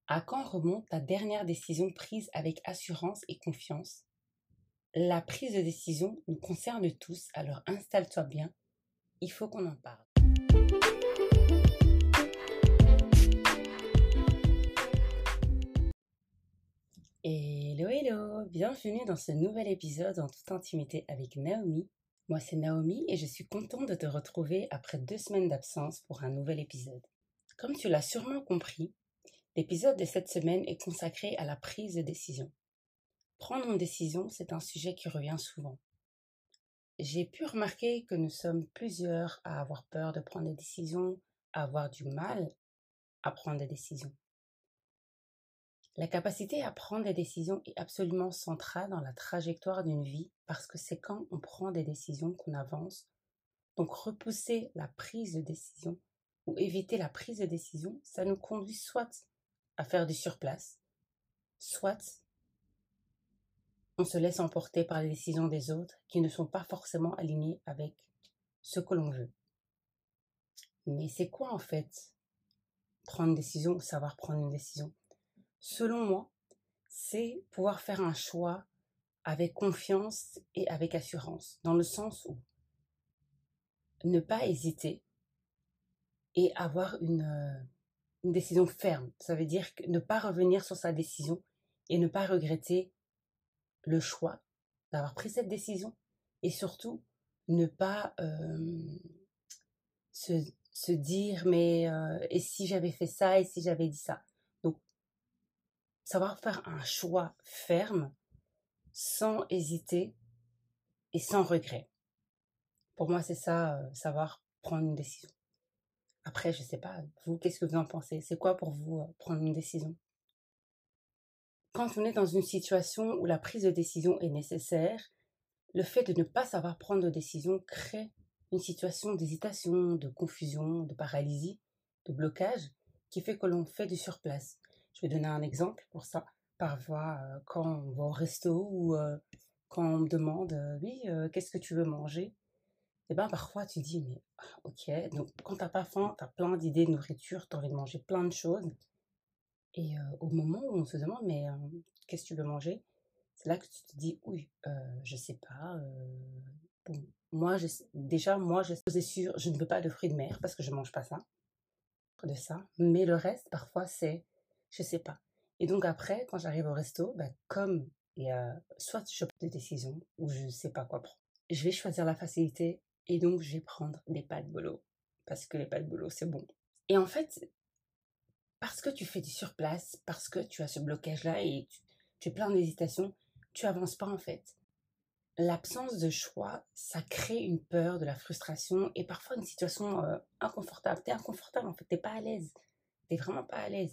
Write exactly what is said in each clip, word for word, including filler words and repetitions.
À quand remonte ta dernière décision prise avec assurance et confiance? La prise de décision nous concerne tous, alors installe-toi bien, il faut qu'on en parle. Hello hello, bienvenue dans ce nouvel épisode en toute intimité avec Naomi. Moi c'est Naomi et je suis contente de te retrouver après deux semaines d'absence pour un nouvel épisode. Comme tu l'as sûrement compris, l'épisode de cette semaine est consacré à la prise de décision. Prendre une décision, c'est un sujet qui revient souvent. J'ai pu remarquer que nous sommes plusieurs à avoir peur de prendre des décisions, à avoir du mal à prendre des décisions. La capacité à prendre des décisions est absolument centrale dans la trajectoire d'une vie parce que c'est quand on prend des décisions qu'on avance. Donc repousser la prise de décision ou éviter la prise de décision, ça nous conduit soit à faire du surplace, soit on se laisse emporter par les décisions des autres qui ne sont pas forcément alignées avec ce que l'on veut. Mais c'est quoi en fait prendre une décision ou savoir prendre une décision? Selon moi, c'est pouvoir faire un choix avec confiance et avec assurance, dans le sens où ne pas hésiter et avoir une, une décision ferme. Ça veut dire que ne pas revenir sur sa décision et ne pas regretter le choix d'avoir pris cette décision et surtout ne pas euh, se, se dire mais euh, et si j'avais fait ça et si j'avais dit ça. Donc savoir faire un choix ferme sans hésiter et sans regret. Pour moi c'est ça, euh, savoir prendre une décision. Après je sais pas, vous qu'est-ce que vous en pensez? C'est quoi pour vous euh, prendre une décision? Quand on est dans une situation où la prise de décision est nécessaire, le fait de ne pas savoir prendre de décision crée une situation d'hésitation, de confusion, de paralysie, de blocage, qui fait que l'on fait du surplace. Je vais donner un exemple pour ça. Parfois, euh, quand on va au resto ou euh, quand on me demande euh, oui, euh, qu'est-ce que tu veux manger? Et bien parfois tu dis mais ah, ok, donc quand t'as pas faim, t'as plein d'idées de nourriture, t'as envie de manger plein de choses. Et euh, au moment où on se demande mais euh, qu'est-ce que tu veux manger? C'est là que tu te dis, oui, euh, je sais pas. Euh, bon, moi, je, déjà, moi, je suis sûre, je ne veux pas de fruits de mer parce que je mange pas ça, de ça. Mais le reste, parfois, c'est, je sais pas. Et donc après, quand j'arrive au resto, bah, comme il y a, soit je prends des décisions ou je ne sais pas quoi prendre, je vais choisir la facilité et donc je vais prendre des pâtes bolo parce que les pâtes bolo, c'est bon. Et en fait, parce que tu fais du surplace, parce que tu as ce blocage-là et tu, tu es plein d'hésitation, tu avances pas en fait. L'absence de choix, ça crée une peur, de la frustration et parfois une situation euh, inconfortable. T'es inconfortable en fait, t'es pas à l'aise. T'es vraiment pas à l'aise.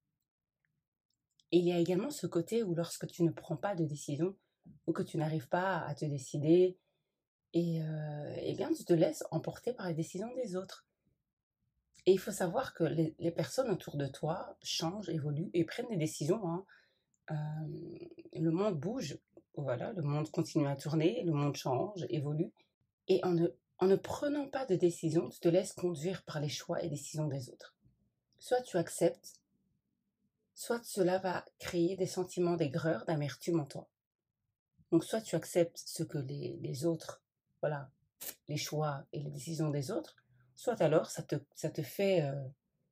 Et il y a également ce côté où lorsque tu ne prends pas de décision ou que tu n'arrives pas à te décider, et, euh, eh bien tu te laisses emporter par les décisions des autres. Et il faut savoir que les, les personnes autour de toi changent, évoluent et prennent des décisions, hein. Euh, le monde bouge, voilà, le monde continue à tourner, le monde change, évolue. Et en ne, en ne prenant pas de décision, tu te laisses conduire par les choix et décisions des autres. Soit tu acceptes, soit cela va créer des sentiments d'aigreur, d'amertume en toi. Donc soit tu acceptes ce que les, les autres, voilà, les choix et les décisions des autres, soit alors ça te, ça te fait... Euh,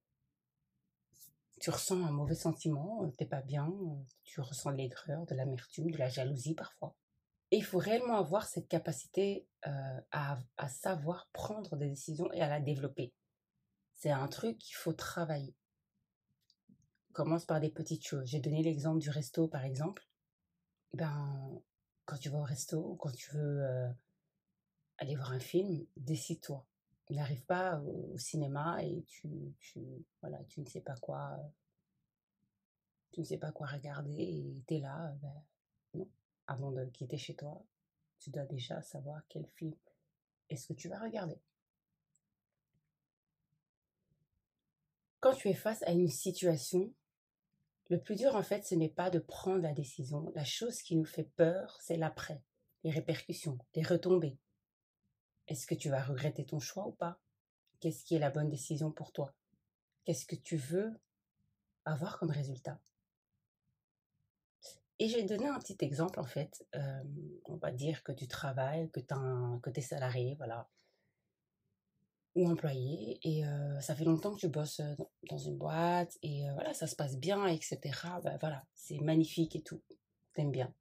tu ressens un mauvais sentiment, t'es pas bien, tu ressens de l'aigreur, de l'amertume, de la jalousie parfois. Et il faut réellement avoir cette capacité euh, à, à savoir prendre des décisions et à la développer. C'est un truc qu'il faut travailler. Commence par des petites choses. J'ai donné l'exemple du resto, par exemple. Ben, quand tu vas au resto ou quand tu veux euh, aller voir un film, décide-toi. N'arrive pas au, au cinéma et tu, tu, voilà, tu ne sais pas quoi, tu ne sais pas quoi regarder et tu es là. Ben, non. Avant de quitter chez toi, tu dois déjà savoir quel film est-ce que tu vas regarder. Quand tu es face à une situation, le plus dur en fait, ce n'est pas de prendre la décision. La chose qui nous fait peur, c'est l'après, les répercussions, les retombées. Est-ce que tu vas regretter ton choix ou pas? Qu'est-ce qui est la bonne décision pour toi? Qu'est-ce que tu veux avoir comme résultat. Et je vais te donner un petit exemple en fait. Euh, on va dire que tu travailles, que tu es salarié, voilà, ou employé, et euh, ça fait longtemps que tu bosses euh, dans dans une boîte, et euh, voilà, ça se passe bien, et cetera. Ben, voilà, c'est magnifique et tout, t'aimes bien.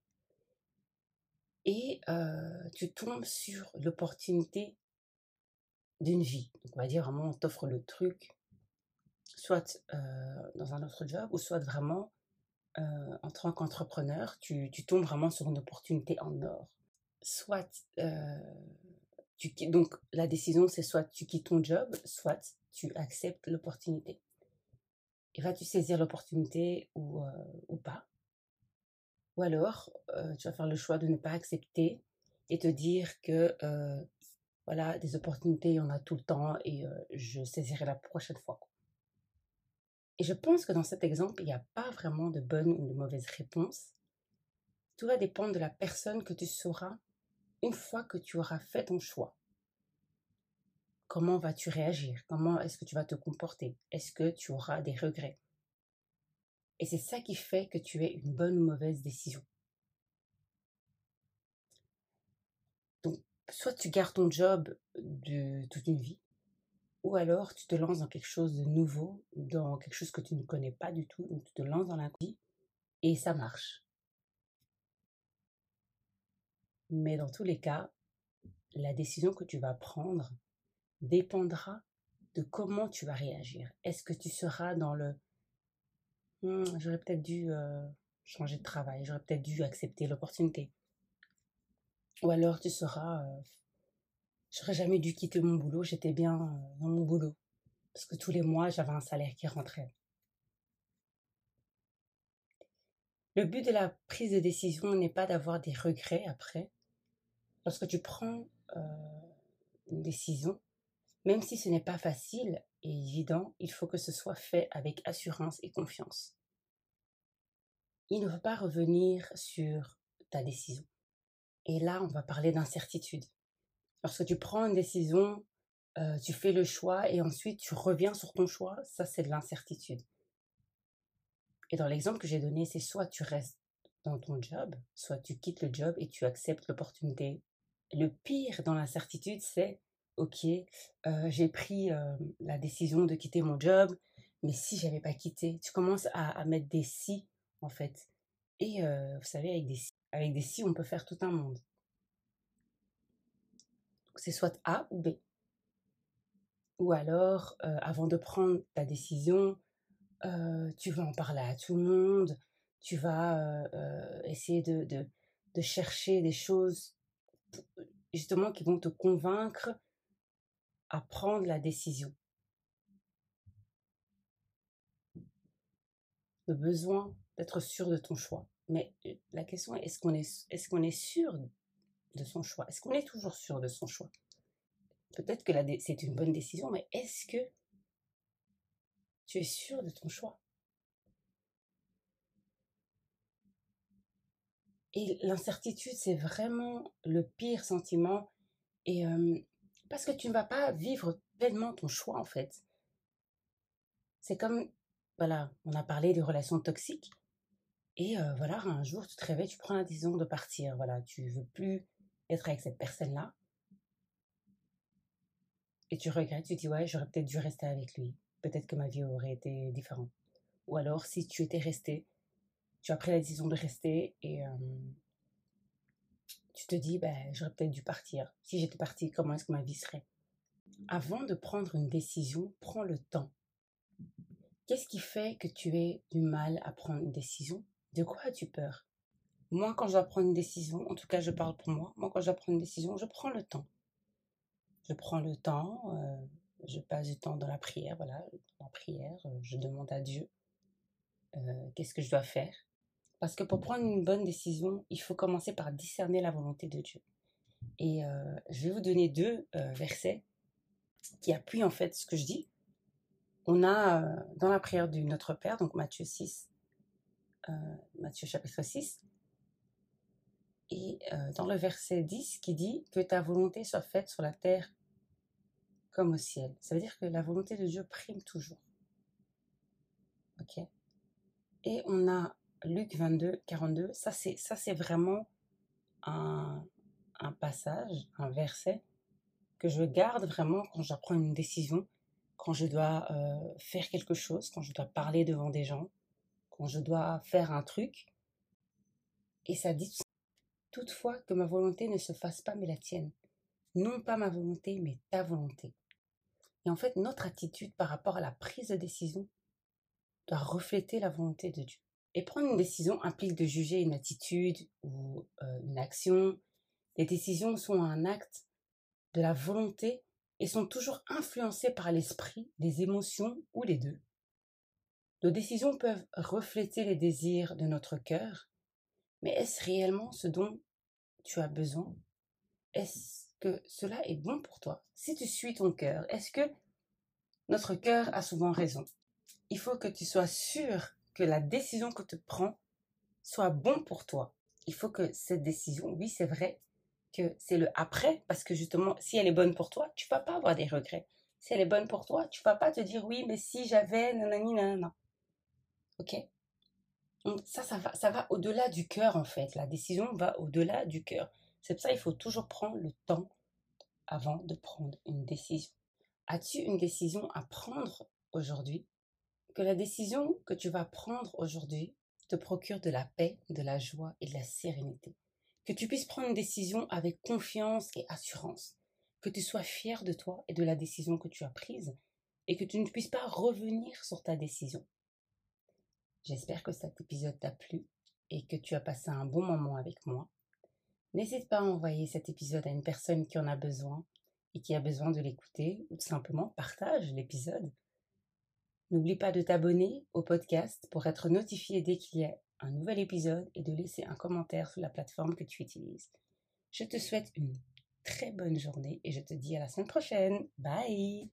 Et euh, tu tombes sur l'opportunité d'une vie. Donc on va dire vraiment, on t'offre le truc, soit euh, dans un autre job, ou soit vraiment euh, en tant qu'entrepreneur, tu, tu tombes vraiment sur une opportunité en or. Soit, euh, tu, qui- donc la décision, c'est soit tu quittes ton job, soit tu acceptes l'opportunité. Et vas-tu saisir l'opportunité ou, euh, ou pas? Ou alors, euh, tu vas faire le choix de ne pas accepter et te dire que, euh, voilà, des opportunités, il y en a tout le temps et euh, je saisirai la prochaine fois. Et je pense que dans cet exemple, il n'y a pas vraiment de bonne ou de mauvaise réponse. Tout va dépendre de la personne que tu seras une fois que tu auras fait ton choix. Comment vas-tu réagir? Comment est-ce que tu vas te comporter? Est-ce que tu auras des regrets? Et c'est ça qui fait que tu aies une bonne ou mauvaise décision. Donc, soit tu gardes ton job de toute une vie, ou alors tu te lances dans quelque chose de nouveau, dans quelque chose que tu ne connais pas du tout, donc tu te lances dans la vie et ça marche. Mais dans tous les cas, la décision que tu vas prendre dépendra de comment tu vas réagir. Est-ce que tu seras dans le Hm, j'aurais peut-être dû euh, changer de travail, j'aurais peut-être dû accepter l'opportunité. Ou alors tu seras, euh, j'aurais jamais dû quitter mon boulot, j'étais bien euh, dans mon boulot. Parce que tous les mois, j'avais un salaire qui rentrait. Le but de la prise de décision n'est pas d'avoir des regrets après. Lorsque tu prends euh, une décision, même si ce n'est pas facile et évident, il faut que ce soit fait avec assurance et confiance. Il ne faut pas revenir sur ta décision. Et là, on va parler d'incertitude. Lorsque tu prends une décision, euh, tu fais le choix et ensuite tu reviens sur ton choix, ça c'est de l'incertitude. Et dans l'exemple que j'ai donné, c'est soit tu restes dans ton job, soit tu quittes le job et tu acceptes l'opportunité. Le pire dans l'incertitude, c'est, ok, euh, j'ai pris euh, la décision de quitter mon job, mais si j'avais pas quitté, tu commences à, à mettre des si en fait. Et euh, vous savez, avec des si, avec des si, on peut faire tout un monde. Donc, c'est soit A ou B. Ou alors, euh, avant de prendre ta décision, euh, tu vas en parler à tout le monde, tu vas euh, euh, essayer de, de, de chercher des choses justement qui vont te convaincre à prendre la décision. Le besoin d'être sûr de ton choix. Mais euh, la question est, est-ce qu'on est, est-ce qu'on est sûr de son choix? Est-ce qu'on est toujours sûr de son choix? Peut-être que la dé- c'est une bonne décision, mais est-ce que tu es sûr de ton choix? Et l'incertitude, c'est vraiment le pire sentiment. Et euh, parce que tu ne vas pas vivre pleinement ton choix, en fait. C'est comme, voilà, on a parlé des relations toxiques. Et euh, voilà, un jour, tu te réveilles, tu prends la décision de partir. Voilà, tu veux plus être avec cette personne-là. Et tu regrettes, tu dis, ouais, j'aurais peut-être dû rester avec lui. Peut-être que ma vie aurait été différente. Ou alors, si tu étais resté, tu as pris la décision de rester et euh, tu te dis, ben, j'aurais peut-être dû partir. Si j'étais partie, comment est-ce que ma vie serait? Avant de prendre une décision, prends le temps. Qu'est-ce qui fait que tu aies du mal à prendre une décision? De quoi as-tu peur? Moi, quand je dois prendre une décision, en tout cas, je parle pour moi, moi, quand je dois prendre une décision, je prends le temps. Je prends le temps, euh, je passe du temps dans la prière, voilà, dans la prière, euh, je demande à Dieu euh, qu'est-ce que je dois faire. Parce que pour prendre une bonne décision, il faut commencer par discerner la volonté de Dieu. Et euh, je vais vous donner deux euh, versets qui appuient en fait ce que je dis. On a euh, dans la prière du Notre Père, donc Matthieu six, euh, Matthieu chapitre six, et euh, dans le verset dix qui dit que ta volonté soit faite sur la terre comme au ciel. Ça veut dire que la volonté de Dieu prime toujours. Ok. Et on a Luc vingt-deux, quarante-deux. Ça, c'est, ça, c'est vraiment un, un passage, un verset que je garde vraiment quand je dois prendre une décision, quand je dois euh, faire quelque chose, quand je dois parler devant des gens, quand je dois faire un truc. Et ça dit toutefois que ma volonté ne se fasse pas, mais la tienne. Non pas ma volonté, mais ta volonté. Et en fait, notre attitude par rapport à la prise de décision doit refléter la volonté de Dieu. Et prendre une décision implique de juger une attitude ou euh, une action. Les décisions sont un acte de la volonté et sont toujours influencées par l'esprit, les émotions ou les deux. Nos décisions peuvent refléter les désirs de notre cœur, mais est-ce réellement ce dont tu as besoin? Est-ce que cela est bon pour toi? Si tu suis ton cœur, est-ce que notre cœur a souvent raison? Il faut que tu sois sûr que la décision que tu prends soit bon pour toi. Il faut que cette décision, oui, c'est vrai que c'est le après, parce que justement, si elle est bonne pour toi, tu ne vas pas avoir des regrets. Si elle est bonne pour toi, tu ne vas pas te dire, oui, mais si j'avais, nanani, nanana. Ok? Donc ça, ça va, ça va au-delà du cœur, en fait. La décision va au-delà du cœur. C'est pour ça qu'il faut toujours prendre le temps avant de prendre une décision. As-tu une décision à prendre aujourd'hui? Que la décision que tu vas prendre aujourd'hui te procure de la paix, de la joie et de la sérénité. Que tu puisses prendre une décision avec confiance et assurance. Que tu sois fier de toi et de la décision que tu as prise et que tu ne puisses pas revenir sur ta décision. J'espère que cet épisode t'a plu et que tu as passé un bon moment avec moi. N'hésite pas à envoyer cet épisode à une personne qui en a besoin et qui a besoin de l'écouter ou tout simplement partage l'épisode. N'oublie pas de t'abonner au podcast pour être notifié dès qu'il y a un nouvel épisode et de laisser un commentaire sur la plateforme que tu utilises. Je te souhaite une très bonne journée et je te dis à la semaine prochaine. Bye!